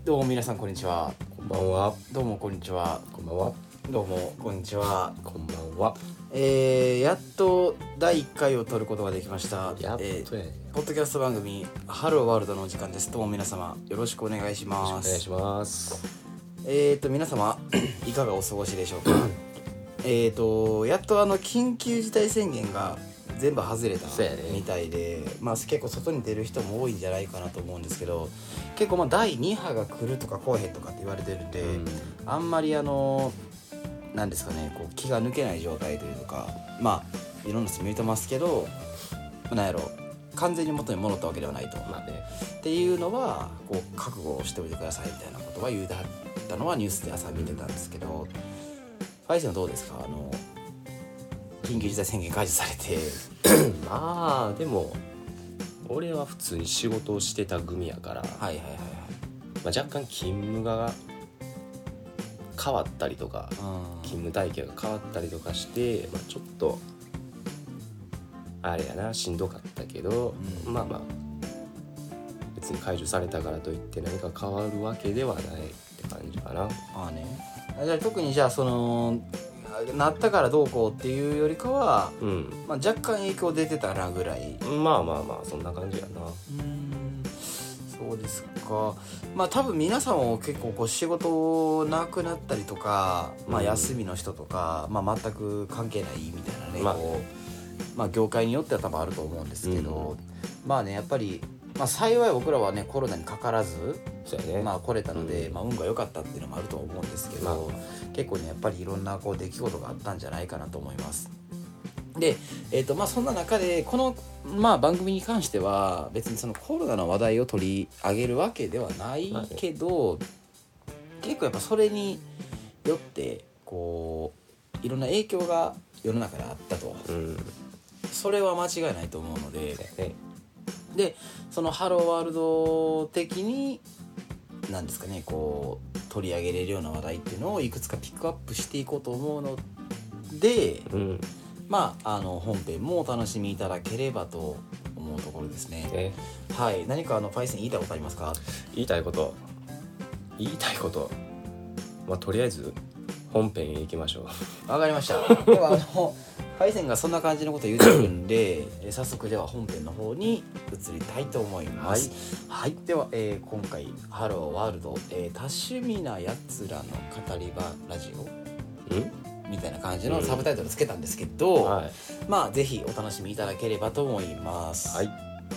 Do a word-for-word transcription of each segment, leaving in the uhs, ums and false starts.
どうも皆さんこんにちは。 こんばんは。 どうもこんにちは。 こんばんは。 どうもこんにちは。 こんばんは。 えー、やっとだいいっかいを撮ることができました。 やっとやね、 えー、ポッドキャスト番組ハローワールドのお時間です。どうも皆様よろしくお願いします。 よろしくお願いします。 えーと皆様いかがお過ごしでしょうか。えーとやっとあの緊急事態宣言が全部外れたみたいで、ね、まあ結構外に出る人も多いんじゃないかなと思うんですけど、結構まあだいに波が来るとか来へんとかって言われてるんで、うん、あんまりあのなんですかね、こう気が抜けない状態というか、まあいろんな人見てますけど、なんやろ完全に元に戻ったわけではないと、まあね、っていうのはこう覚悟をしておいてくださいみたいなことは言うてはったのはニュースで朝見てたんですけど、うん、ファイセンはどうですか、あの緊急事態宣言解除されてまあでも俺は普通に仕事をしてた組やから、 はいはいはいはい、 まあ、若干勤務が変わったりとか、勤務体系が変わったりとかして、まあ、ちょっとあれやな、しんどかったけど、うん、まあまあ別に解除されたからといって何か変わるわけではないって感じかな。 ああね、じゃあ特にじゃあそのなったからどうこうっていうよりかは、うん、まあ、若干影響出てたなぐらい。 まあまあまあそんな感じやな。 うーん、そうですか。まあ多分皆さんも結構こう仕事なくなったりとか、まあ、休みの人とか、うん、まあ、全く関係ないみたいなね、まあ、こうまあ業界によっては多分あると思うんですけど、うん、まあねやっぱり、まあ、幸い僕らはねコロナにかからず、そうやね、まあ来れたので、うん、まあ、運が良かったっていうのもあると思うんですけど、まあ、結構ねやっぱりいろんなこう出来事があったんじゃないかなと思います。で、えーとまあ、そんな中でこの、まあ、番組に関しては別にそのコロナの話題を取り上げるわけではないけど、まあね、結構やっぱそれによってこういろんな影響が世の中であったと、うん、それは間違いないと思うので、ね、でそのハローワールド的になんですかね、こう取り上げれるような話題っていうのをいくつかピックアップしていこうと思うので、うん、まああの本編もお楽しみいただければと思うところですね。えはい、何かあのパイセン言いたいことありますか？ 言いたいこと言いたいことまあとりあえず本編へ行きましょう。 わかりました。ではあのパイセンがそんな感じのことを言ってるんで早速では本編の方に移りたいと思います。はい、はい、では、えー、今回ハローワールド、えー、多趣味なやつらの語り場ラジオんみたいな感じのサブタイトルつけたんですけど、うん、はい、まあぜひお楽しみいただければと思います。はい、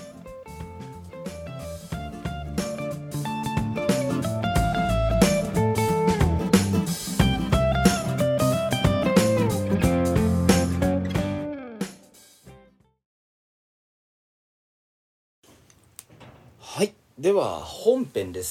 はい、では本編です。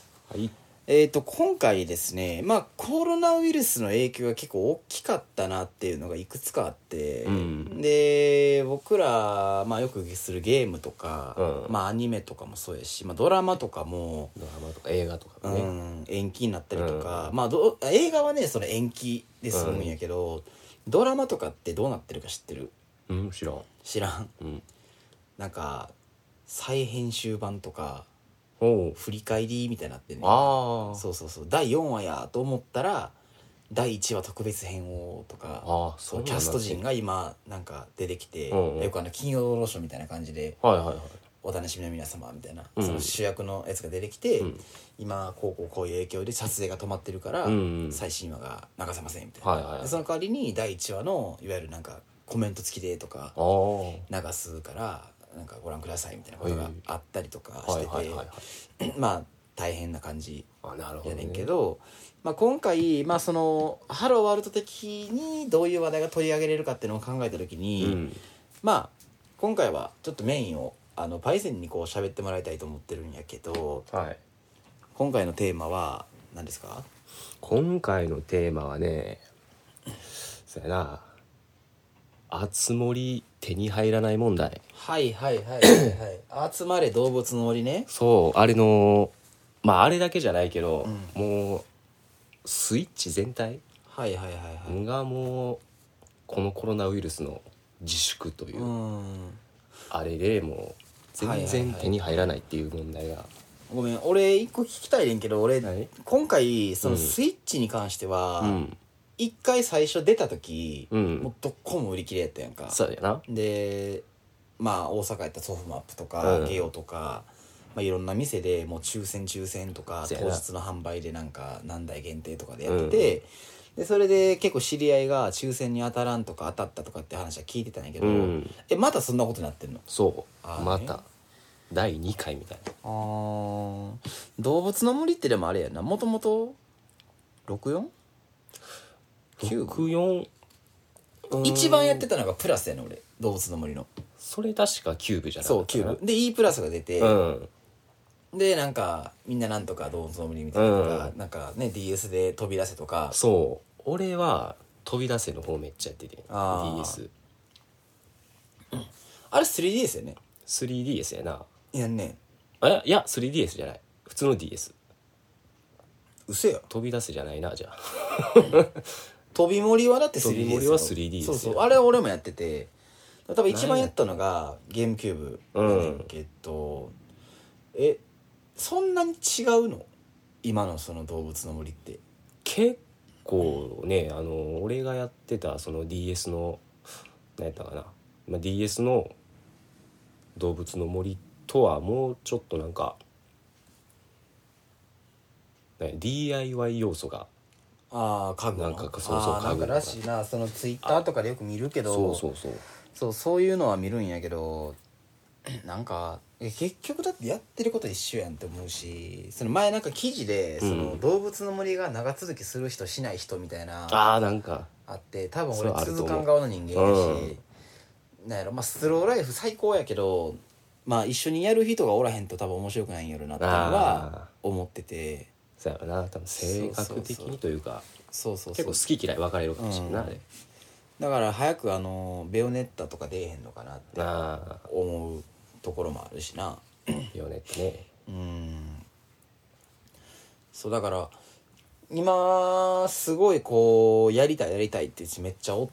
はい、えーと今回ですね、まあコロナウイルスの影響が結構大きかったなっていうのがいくつかあって、うん、で僕ら、まあ、よくするゲームとか、うん、まあアニメとかもそうやし、まあ、ドラマとかもドラマとか映画とかもね、 うん、延期になったりとか、うん、まあど映画はねその延期で済むんやけど、うん、ドラマとかってどうなってるか知ってる？ うん、知らん知らん、うん、なんか再編集版とか振り返りみたいになってね、あそうそうそうだいよんわやと思ったらだいいちわ特別編をとか、あそうキャスト陣が今なんか出てきて、うんうん、よくあの金曜ロードショーみたいな感じで、はいはいはい、お楽しみの皆様みたいな、うん、その主役のやつが出てきて、うん、今こうこうこういう影響で撮影が止まってるから、うんうん、最新話が流せませんみたいな、はいはいはい、でその代わりにだいいちわのいわゆるなんかコメント付きでとか流すからなんかご覧くださいみたいなことがあったりとかしてて、まあ大変な感じやねんけど、まあ、今回、まあ、そのハローワールド的にどういう話題が取り上げれるかっていうのを考えた時に、うん、まあ今回はちょっとメインをあのパイセンにこう喋ってもらいたいと思ってるんやけど、はい、今回のテーマは何ですか？ 今回のテーマはね、そうやな、あつ森手に入らない問題。 はいはいはいはいはい集まれ動物の森ね。 そうあれのまああれだけじゃないけど、うん、もうスイッチ全体はいはいはいはいがもうこのコロナウイルスの自粛という、うん、あれでもう全然手に入らないっていう問題がごめん俺一個聞きたいねんけど俺何今回そのスイッチに関しては、 うん一回最初出た時、 うんもうどっこも売り切れやったやんか。 そうやなでまあ大阪やったらソフマップとか、 うんゲオとか、まあ、いろんな店でもう抽選抽選とか当そうやな日の販売でなんか何台限定とかでやってて、でそれで結構知り合いが抽選に当たらんとか当たったとかって話は聞いてたんやけど、 うんえまたそんなことになってんの？ そうあーねまただいにかいみたいなあー動物の森ってでもあれやな、もともと ろくじゅうよん？きゅう？ ろくじゅうよん一番やってたのがプラスやね俺、動物の森の。 それ確かキューブじゃなかったかなそうキューブで E プラスが出て、 うんでなんかみんななんとか動物の森みたいなのとか、 うんなんかね ディーエス で飛び出せとか。 そう俺は飛び出せの方めっちゃやってて デあーィーエスあれ スリーディーエス やね。 スリーディーエス やないやんねえいや スリーディーエス じゃない普通の ディーエスうせや飛び出せじゃないなじゃあ飛び森はだって スリーディーエス飛び森は スリーディーエスそうそうあれは俺もやってて、多分一番やったのがゲームキューブやねんけど、えそんなに違うの今のその動物の森って？ 結構ねあの俺がやってたその ディーエス の何やったかな、まあ、ディーエス の動物の森とはもうちょっとなんか、ね、ディーアイワイ 要素がああ家具のなんかそうそうあーなん家具のからしいな、そのツイッターとかでよく見るけど、 そうそうそうそうそういうのは見るんやけど、なんかえ結局だってやってること一緒やんって思うし、その前なんか記事でその、 うん動物の森が長続きする人しない人みたいなああなんかあって、多分俺そうあると思う続かん側の人間やし、なんやろまあスローライフ最高やけど、まあ一緒にやる人がおらへんと多分面白くないんやろなっていうのは思ってて、 そうやろな多分性格的にというかそうそうそう結構好き嫌い分かれるかもしれんな、 うんあれだから早くあのベヨネッタとか出えへんのかなってああ思うところもあるしな。 よねってねうんそうだから今すごいこうやりたいやりたいってめっちゃおって、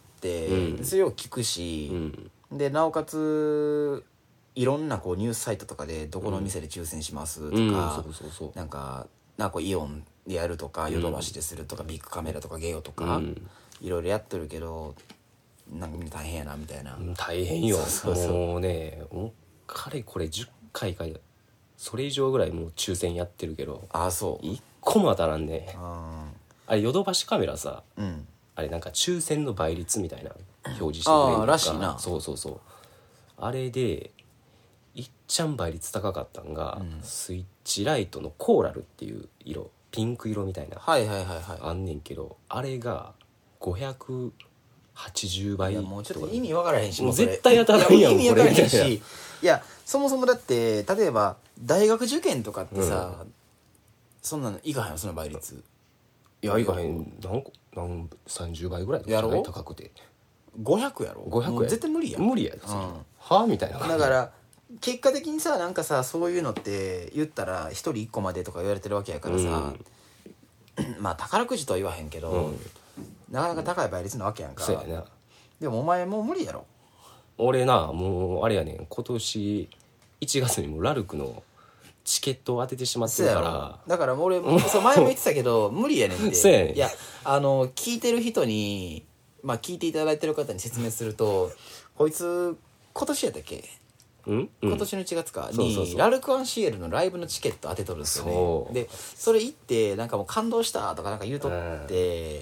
うんそれを聞くし、 うんでなおかついろんなこうニュースサイトとかでどこの店で抽選しますとか、 うんそうそうそうなんかなんかこうイオンでやるとかヨドバシでするとか、ビッグカメラとかゲオとか、 うんいろいろやってるけどなんかみんな大変やなみたいな、 うん大変よそうそうそうもうねもうかれこれじゅっかいかそれ以上ぐらいもう抽選やってるけどああそう一個も当たらんねああれヨドバシカメラさーうんあれなんか抽選の倍率みたいな表示してくれるあーのからしいなそうそうそうあれでいっちゃん倍率高かったんが、 うんスイッチライトのコーラルっていう色ピンク色みたいなはいはいはいはいあんねんけどあれがごひゃくはちじゅうばいいやもうちょっと意味わからへんしもうそれ絶対当たらんやんい意味わからへんこれみたいしいやそもそもだって例えば大学受験とかってさ、そんなのいかへんよその倍率いやいかへん何個何さんじゅうばいぐらいとかやろじゃない高くてごひゃくやろごひゃくもう絶対無理やん無理やで、 うんそんなはあみたいなだから結果的にさなんかさそういうのって言ったら一人一個までとか言われてるわけやからさ、まあ宝くじとは言わへんけど、 うんなかなか高い倍率なわけやんか。 そうやなでもお前もう無理やろ。 俺なもうあれやねん今年いちがつにもラルクのチケットを当ててしまってそうやろるからだから俺そう前も言ってたけど無理やねんって。 そうやねんいやあの聞いてる人にまあ聞いていただいてる方に説明するとこいつ今年やったっけ、 うん、うん、 今年のいちがつかにそうそうそうラルク・アンシエルのライブのチケット当てとるんですよそうね。でそれ行ってなんかもう感動したとかなんか言うとって、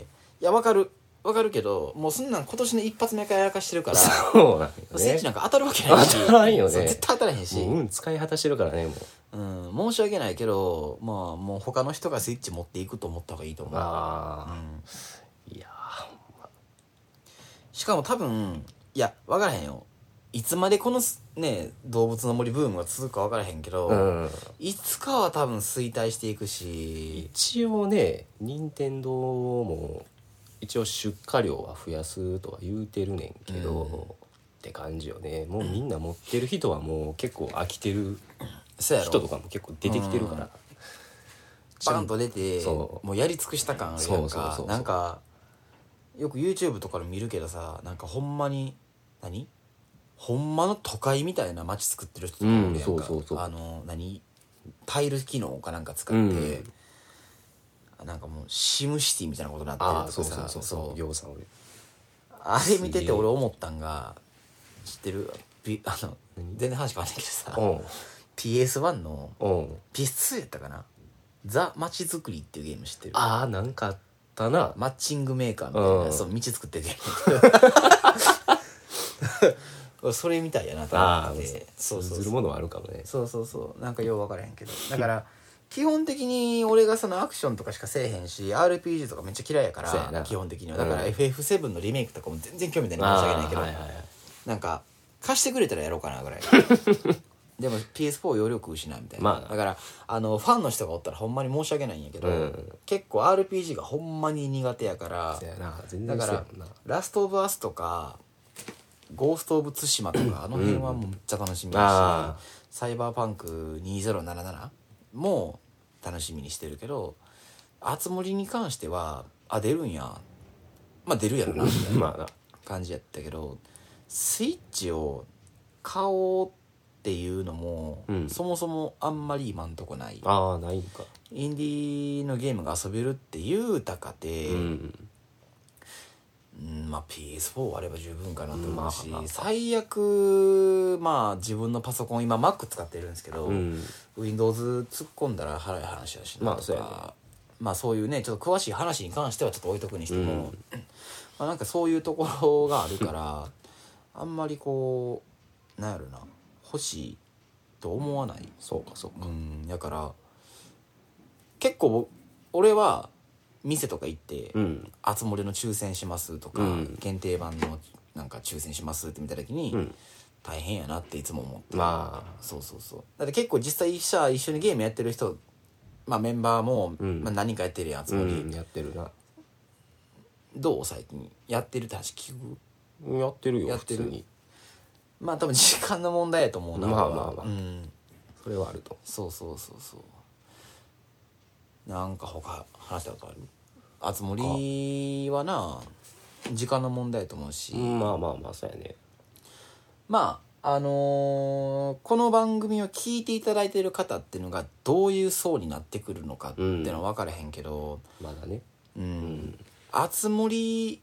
いやわかるわかるけどもうそんなん今年の一発目からやらかしてるからそうなんよねスイッチなんか当たるわけないし当たらんよねそう絶対当たらへんし、 もう運使い果たしてるからねもううん、申し訳ないけどまあもう他の人がスイッチ持っていくと思った方がいいと思う。 ああ、 うん、 いやしかも多分いや分からへんよいつまでこのね動物の森ブームが続くか分からへんけど、 うんいつかは多分衰退していくし一応ね任天堂も一応出荷量は増やすとは言うてるねんけど、 うんって感じよねもうみんな持ってる人はもう結構飽きてるそうやろ人とかも結構出てきてるから、 バンと出てそうもうやり尽くした感あるやんか。 そうそうそうそうなんかよく YouTube とかで見るけどさなんかほんまに何ほんまの都会みたいな街作ってる人とかおるやんか、 うんそうそうそうあの何タイル機能かなんか使って、うん、なんかもうシムシティみたいなことになってるとかさ、 そうそうそうそう、さん俺あれ見てて俺思ったんが、知ってる？あの全然話変わんないけどさ、ピーエスワン の ピーエスツー やったかな、ザ・マチづくりっていうゲーム知ってる？ ああ、なんかあったな。 マッチングメーカーみたいな、うん、そう道作ってるゲームそれみたいやなと思って、 そうそうそう、通ずるものはあるかもね。 そうそうそう、なんかよう分からへんけど、だから基本的に俺がそのアクションとかしかせえへんし アールピージー とかめっちゃ嫌いやから、基本的にはだから エフエフセブン のリメイクとかも全然興味ない、申し訳ないけど、はいはいはい、なんか貸してくれたらやろうかなぐらいでも ピーエスフォー 容力失うみたいな、まあ、だからあのファンの人がおったらほんまに申し訳ないんやけど、うん、結構 アールピージー がほんまに苦手やから、だからラストオブアスとかゴーストオブツシマとかあの辺はもうめっちゃ楽しみだし、うん、サイバーパンクにせんななじゅうななも楽しみにしてるけど、あつ森に関してはあ出るんや、まあ出るやろなみたいな感じやったけど、スイッチを買おうっていうのも、うん、そもそもあんまり今んとこない。 ああ、ないんか。 インディーのゲームが遊べるって言うたかて、うんうん、まあ ピーエスフォー あれば十分かなと思うし、うん、まあまあ、最悪まあ自分のパソコン今 Mac 使ってるんですけど、うん、Windows 突っ込んだら腹い話だしなとか、まあそうやね、まあそういうねちょっと詳しい話に関してはちょっと置いとくにしても、うん、まあなんかそういうところがあるからあんまりこうなんやろな、欲しいと思わない。 そうかそうか、 うん、だから結構俺は店とか行って「あつ森の抽選します」とか、うん、限定版のなんか抽選しますって見た時に、うん、大変やなっていつも思って、まあそうそうそう、だって結構実際一緒にゲームやってる人、まあメンバーも、うんまあ、何人かやってるやん、あつ森、うん、 やってるな。 どう最近やってるって話聞く？やってるよ、やってる。普通に。 まあ多分時間の問題やと思うな。 まあまあまあ、 うん、 それはあると。 そうそうそうそう。なんか他話したことある？あつ森はな時間の問題やと思うし、 うん、まあまあまあそうやね。 まああのー、この番組を聞いていただいている方っていうのがどういう層になってくるのかっていうのは分からへんけど、 うん、まだね、 うん、あつ森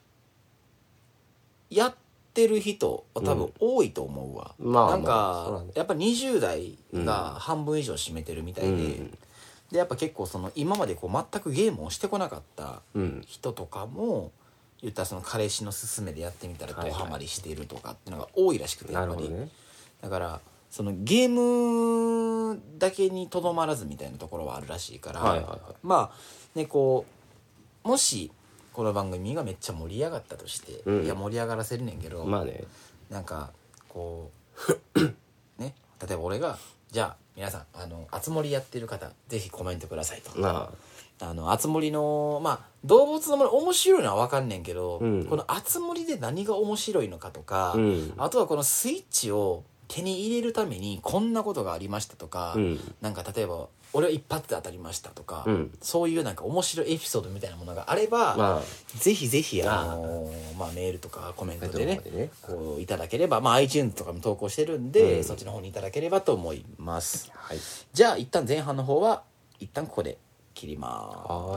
やってる人は多分多いと思うわ、うん、まあ、なんか、まあね、やっぱにじゅう代が半分以上占めてるみたいで、うん、でやっぱ結構その今までこう全くゲームをしてこなかった人とかも、言ったらその彼氏の勧めでやってみたらドハマりしているとかっていうのが多いらしくて、やっぱり、ね、だからそのゲームだけにとどまらずみたいなところはあるらしいから、はいはいはい、まあねこうもしこの番組がめっちゃ盛り上がったとして、うん、いや盛り上がらせるねんけど、 まあね、 なんかこうね、例えば俺がじゃあ皆さんあのあつ森やってる方ぜひコメントくださいと、ああのあつ森のまあ動物の森面白いのは分かんねんけど、うん、このあつ森で何が面白いのかとか、うん、あとはこのスイッチを手に入れるためにこんなことがありましたとか、うん、なんか例えば俺は一発で当たりましたとか、うん、そういうなんか面白いエピソードみたいなものがあれば、まあ、ぜひぜひあのーまあ、メールとかコメントでね、ねこういただければ、まあ、iTunes とかも投稿してるんで、うん、そっちの方にいただければと思います、はい、じゃあ一旦前半の方は一旦ここで切ります。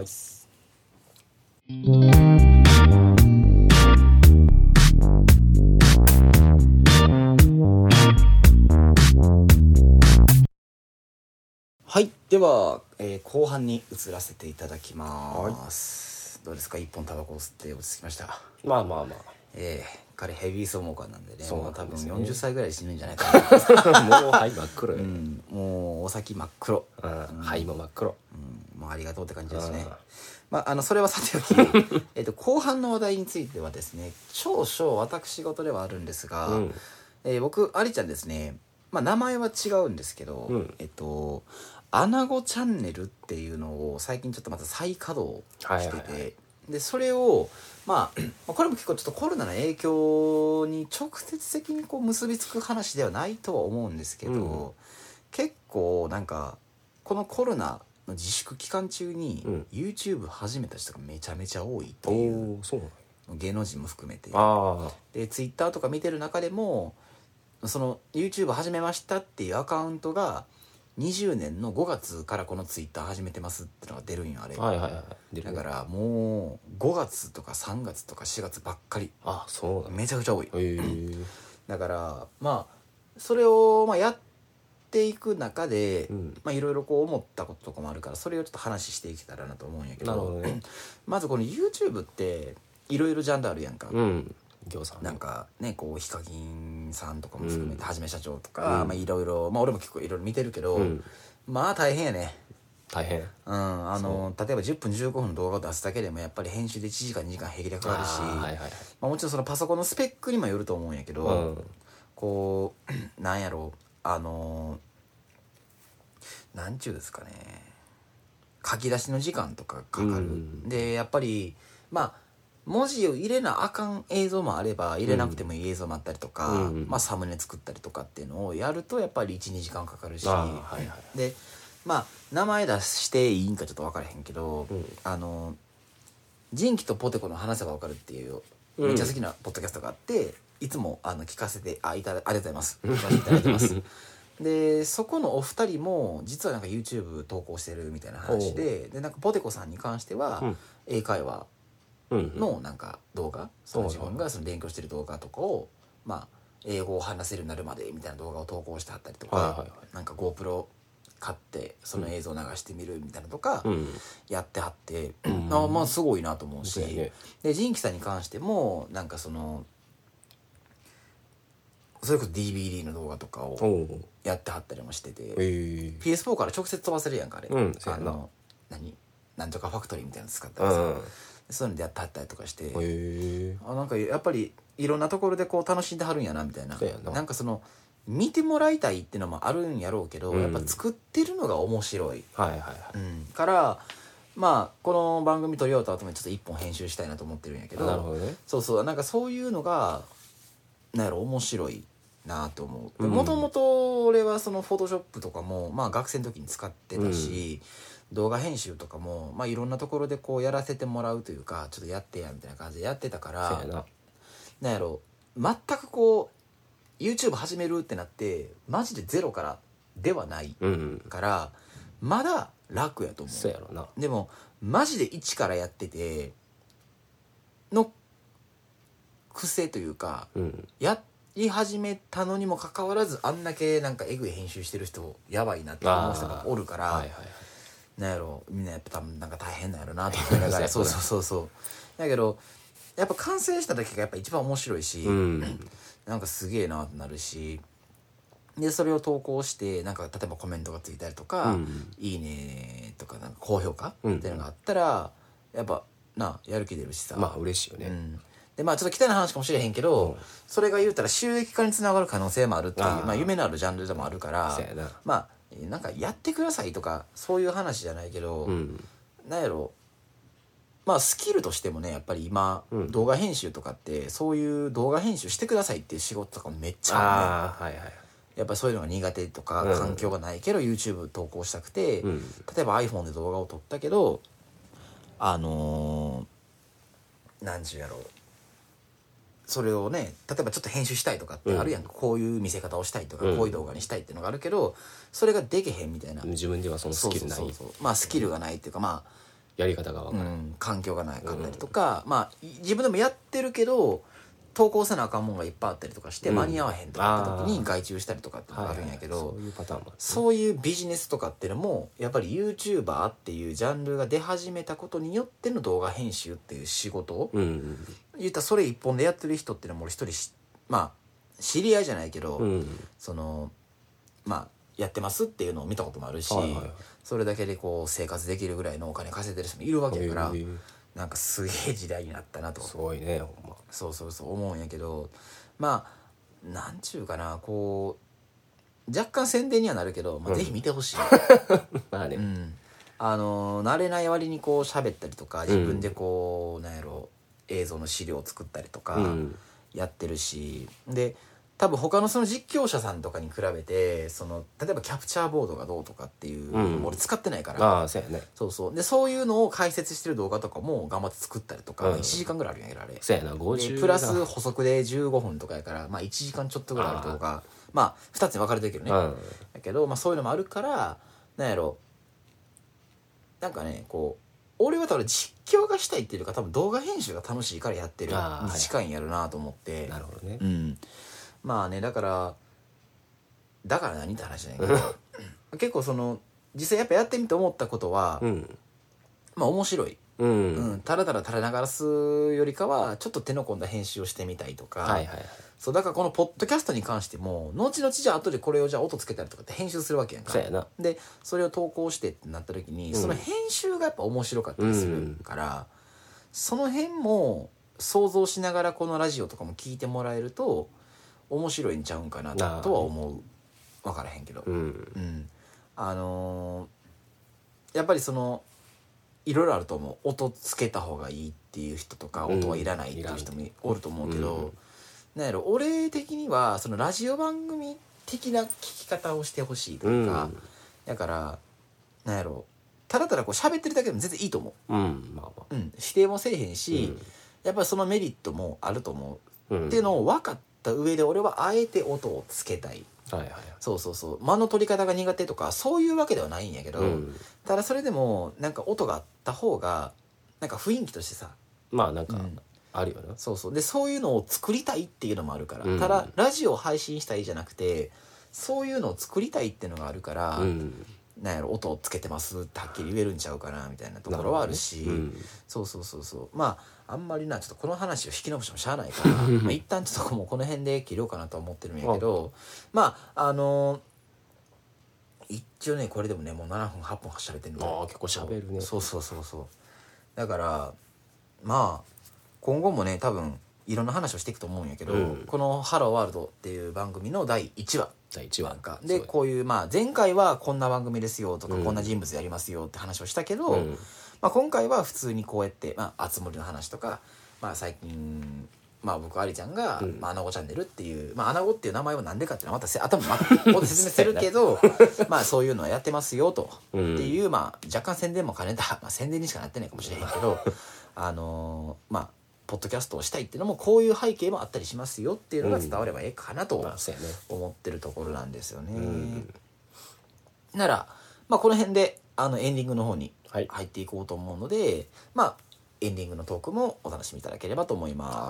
はい、では、えー、後半に移らせていただきます、はい、どうですか？一本タバコを吸って落ち着きました。 まあまあまあ、 えー、彼ヘビースモーカーなんでね、もう多分よんじゅっさいぐらいで死ぬんじゃないかなもう肺真っ黒よ、うん、 もうお先真っ黒、 うん、肺も真っ黒、 うん、もうありがとうって感じですね。まあ、あのそれはさておきえと後半の話題についてはですね、少々私事ではあるんですが、うんえー、僕ありちゃんですね、まあ、名前は違うんですけど、うん、えっとアナゴチャンネルっていうのを最近ちょっとまた再稼働してて、はいはいはい、でそれをまあこれも結構ちょっとコロナの影響に直接的にこう結びつく話ではないとは思うんですけど、うん、結構なんかこのコロナの自粛期間中に YouTube 始めた人がめちゃめちゃ多いっていう、 うん、そう芸能人も含めて、 あで Twitter とか見てる中でもその YouTube 始めましたっていうアカウントがにじゅうねんのごがつからこのツイッター始めてますってのが出るんよあれ、 はいはいはい出るねだからもうごがつとかさんがつとかしがつばっかりあそうだねめちゃくちゃ多いへえだからまあそれをまあやっていく中でうんまあいろいろこう思ったこととかもあるからそれをちょっと話していけたらなと思うんやけど、 なるほどねまずこの YouTube っていろいろジャンルあるやんか、 うんぎょうさんなんかねこうヒカキンさんとかも含めてうんはじめ社長とか、 うんまあいろいろまあ俺も結構いろいろ見てるけど、 うんまあ大変やね大変うんあの例えばじゅっぷんじゅうごふんの動画を出すだけでもやっぱり編集でいちじかんにじかん平気でかかるし、 あーはいはいはいまあ、もちろんそのパソコンのスペックにもよると思うんやけど、 うんこうなんやろうあのなんちゅうですかね書き出しの時間とかかかる、 うんでやっぱりまあ文字を入れなあかん映像もあれば入れなくてもいい映像もあったりとか、 うんまあ、サムネ作ったりとかっていうのをやるとやっぱりいちにじかんかかるし、 あーはいはいでまあ名前出していいんかちょっと分からへんけど、 うんあのジンキとポテコの話せば分かるっていうめっちゃ好きなポッドキャストがあっていつもあの聞かせてあいただありがとうございます聞かせていただいてますでそこのお二人も実はなんか YouTube 投稿してるみたいな話ででなんかポテコさんに関しては、 うん英会話うんのなんか動画、その自分がその勉強してる動画とかをまあ英語を話せるようになるまでみたいな動画を投稿してはったりとか、 はいはいはいなんか GoPro 買ってその映像を流してみるみたいなとかうんやってはって、 んあまあすごいなと思うし、 そうやねでジンキさんに関してもなんかそのそれこそ ディーブイディー の動画とかをおうやってはったりもしてて、 へえピーエスフォー から直接飛ばせるやんかあれ、 うんそうやなあの何なんとかファクトリーみたいなの使ったうらさ、 んそういうのでやってはったりとかして、 へえあなんかやっぱりいろんなところでこう楽しんではるんやなみたいなそうやななんかその見てもらいたいっていうのもあるんやろうけど、 うんやっぱ作ってるのが面白い、 はいはいはいうん、からまあこの番組撮り終わった後もちょっと一本編集したいなと思ってるんやけどなるほどねそうそうなんかそういうのがなんやろ面白いなと思ううんもともと俺はそのフォトショップとかもまあ学生の時に使ってたし、動画編集とかもまあいろんなところでこうやらせてもらうというかちょっとやってやみたいな感じでやってたからそうやななんやろ全くこう YouTube 始めるってなってマジでゼロからではないうんからまだ楽やと思そうやろなうでもマジで一からやってての癖というかうんやり始めたのにもかかわらずあんだけなんかエグい編集してる人やばいなって思う人がおるから、 はいはいはいなんやろみんなやっぱ多分なんか大変なんやろなと思いながらそそううやそうそうそうだけどやっぱ完成した時がやっぱ一番面白いし、 うんなんかすげえなってなるしでそれを投稿してなんか例えばコメントがついたりとか「 うんいいね」とかなんか高評価うんっていうのがあったらやっぱなやる気出るしさまあ嬉しいよねうん、でまあちょっと汚い話かもしれへんけど、 うんそれが言うたら収益化につながる可能性もあるっていうあーまあ、夢のあるジャンルでもあるからそうやなまあなんかやってくださいとかそういう話じゃないけど、 うんなんやろまあスキルとしてもねやっぱり今、 うん動画編集とかってそういう動画編集してくださいっていう仕事とかもめっちゃあるねああはいはいやっぱりそういうのが苦手とかうん環境がないけど YouTube 投稿したくて、 うん例えば iPhone で動画を撮ったけどあのー、なんちゅうやろうそれをね例えばちょっと編集したいとかってあるやんか、こういう見せ方をしたいとか、 うんこういう動画にしたいっていうのがあるけどそれができへんみたいな、 自分ではそのスキルないそうそうそうそうまあスキルがないっていうかまあやり方が分うからんん、環境がなかったりとか、まあい自分でもやってるけど投稿せなあかんもんがいっぱいあったりとかして、 うん間に合わへんとかって時にあー外注したりとかっていうのがあるんやけど、 はいはいそういうパターンもあるそういうビジネスとかっていうのもやっぱり YouTuber っていうジャンルが出始めたことによっての動画編集っていう仕事を、 うんうん言ったらそれ一本でやってる人っていうのも俺一人しまあ知り合いじゃないけど、 うんそのまあやってますっていうのを見たこともあるし、 はいはいはいそれだけでこう生活できるぐらいのお金稼いでる人もいるわけやから、 へーなんかすげえ時代になったなとすごいねほんまそうそうそう思うんやけどまあなんちゅうかなこう若干宣伝にはなるけど、まあ、ぜひ見てほしい、 まあねうん、あの慣れない割にこう喋ったりとか自分でこう、なんやろ映像の資料を作ったりとかうんやってるし、で多分他のその実況者さんとかに比べてその例えばキャプチャーボードがどうとかっていうのも俺使ってないから、 ああそうやねそうそうでそういうのを解説してる動画とかも頑張って作ったりとか、 うんいちじかんぐらいあるんやけどあれそうやなごじゅうでプラス補足でじゅうごふんとかやから、まあ、いちじかんちょっとぐらいある動画、まあふたつに分かれてるけどね、 うんだけど、まあ、そういうのもあるからなんやろなんかねこう俺は多分実況がしたいっていうか多分動画編集が楽しいからやってるに近いんやろなと思って、はい、 なるほどね、 うん、まあねだからだから何って話じゃないけど結構その実際やっぱやってみて思ったことは、うん、まあ面白い、うんうん、ただただ垂れ流すよりかはちょっと手の込んだ編集をしてみたいとか、はいはいはい、そうだからこのポッドキャストに関しても後々じゃあ後でこれをじゃあ音つけたりとかって編集するわけやんか。 そうやな。 でそれを投稿してってなった時に、うん、その編集がやっぱ面白かったりするから、うん、その辺も想像しながらこのラジオとかも聞いてもらえると面白いんちゃうんかなとは思う。分からへんけど、うんうん、あのー、やっぱりそのいろいろあると思う。音つけた方がいいっていう人とか、音はいらないっていう人もおると思うけど、うん、なんやろ俺的にはそのラジオ番組的な聞き方をしてほしいというか、うん、だからなんやろただただこう喋ってるだけでも全然いいと思う、うんまあまあうん、否定もせえへんし、うん、やっぱりそのメリットもあると思う、うん、っていうのを分かった上で俺はあえて音をつけたい。はいはいはい、そうそうそう間の取り方が苦手とかそういうわけではないんやけど、うん、ただそれでもなんか音があった方がなんか雰囲気としてさまあなんかあるよな、 うん、そうそうでそういうのを作りたいっていうのもあるから、うん、ただラジオを配信したいじゃなくてそういうのを作りたいっていうのがあるから、うん、なんやろ音をつけてますってはっきり言えるんちゃうかなみたいなところはあるし、うん、そうそうそうそうまああんまりなちょっとこの話を引き伸ばしてもしゃあないからまあ一旦ちょっともうこの辺で切ろうかなとは思ってるんやけどまああのー、一応ねこれでもねもうななふんはっぷんはしゃべってんの。 あ結構しゃべるね。 そうそうそうそうだからまあ今後もね多分いろんな話をしていくと思うんやけど、うん、この「ハローワールド」っていう番組のだいいちわだいいちわかでこういうまあ前回はこんな番組ですよとか、うん、こんな人物やりますよって話をしたけど、うんまあ、今回は普通にこうやって、まあ、あつ森の話とか、まあ、最近、まあ、僕ありちゃんが、うんまあ、アナゴチャンネルっていう、まあ、アナゴっていう名前はなんでかっていうのはまたせ頭またここで説明するけどまあそういうのはやってますよと、うん、っていう、まあ、若干宣伝も兼ねた、まあ、宣伝にしかなってないかもしれへんけどあのー、まあポッドキャストをしたいっていうのもこういう背景もあったりしますよっていうのが伝わればええかなと思ってるところなんですよね。うん、なら、まあ、この辺であのエンディングの方に入っていこうと思うので、はい、まあエンディングのトークもお楽しみいただければと思います。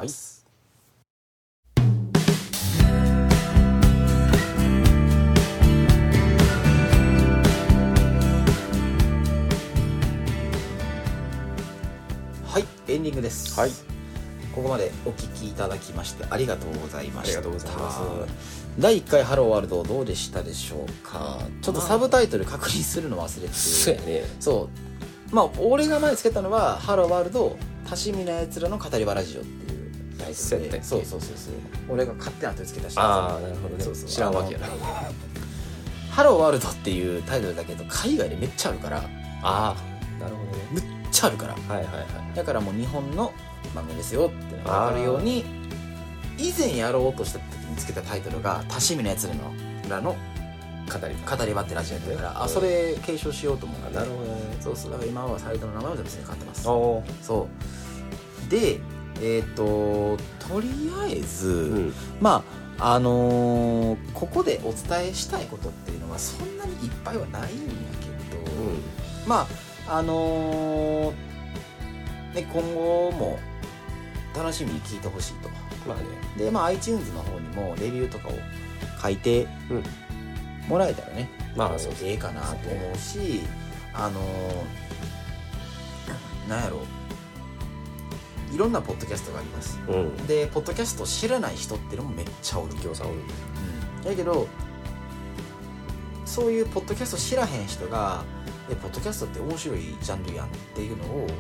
はい、はい、エンディングです。はいここまでお聞きいただきましてありがとうございました。ありがとうございます。だいいっかいハローワールドどうでしたでしょうか。ちょっとサブタイトル確認するの忘れてて、 そうやね。 そうまあ俺が前つけたのはハローワールド多趣味なやつらの語り場ラジオっていうタイトルで、そうそうそうそう俺が勝手な後につけたし、 ああなるほどね。 そうそう知らんわけやな。 ハローワールドっていうタイトルだけど海外でめっちゃあるから、 ああなるほどね。 めっちゃあるから、はいはいはい。だからもう日本の番組ですよって分かるように以前やろうとした時につけたタイトルが多趣味なやつらの語り語り場ってラジオやってるから、あそれ継承しようと思うので、なるほどね。そうそうだから今はサイトの名前は別に変わってます。そうでえっ、ー、ととりあえず、うん、まああのー、ここでお伝えしたいことっていうのはそんなにいっぱいはないんやけど、うん、まああのー、ね今後も楽しみに聞いてほしいと。まあね、でまあ iTunes の方にもレビューとかを書いてもらえたらね、うん、まあそうええかなと思うし、ね、あのー、なんやろいろんなポッドキャストがあります、うん、でポッドキャストを知らない人っていうのもめっちゃおる餃子おる、 うん、だけどそういうポッドキャスト知らへん人がえポッドキャストって面白いジャンルやんっていうのを、うん、こ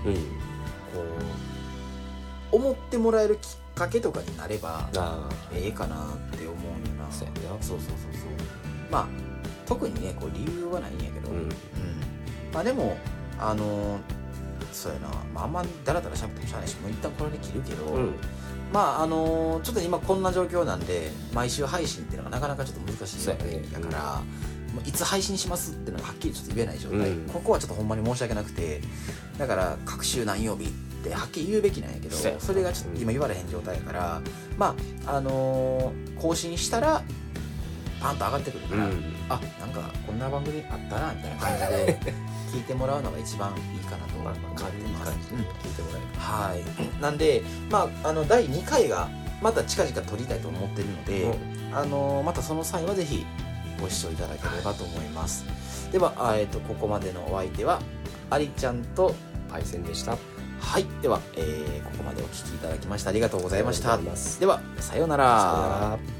う思ってもらえるきっかけとかになればええかなって思うよな。そうそうそうそうまあ特にねこう理由はないんやけど、うんうん、まあでもあのそうやな、まあ、あんまダラダラしゃべってもしゃあないしもう一旦これで切るけど、うん、まああのちょっと今こんな状況なんで毎週配信っていうのがなかなかちょっと難しい状態だから、うん、いつ配信しますっていうのがはっきりちょっと言えない状態、うん、ここはちょっとほんまに申し訳なくてだから各週何曜日ってはっきり言うべきなんやけどそれがちょっと今言われへん状態やからまああのー、更新したらパパンと上がってくるから、うん、あなんかこんな番組あったなみたいな感じで聞いてもらうのが一番いいかなと思ってます。 軽い感じで聞いてもらえる、はい、なんで、まあ、あのだいにかいがまた近々撮りたいと思ってるので、うん、あのまたその際はぜひご視聴いただければと思います。では、えー、とここまでのお相手はありちゃんとパイセンでした。 はい、では、えー、ここまでお聞きいただきましてありがとうございました。ではさようなら。 さようなら。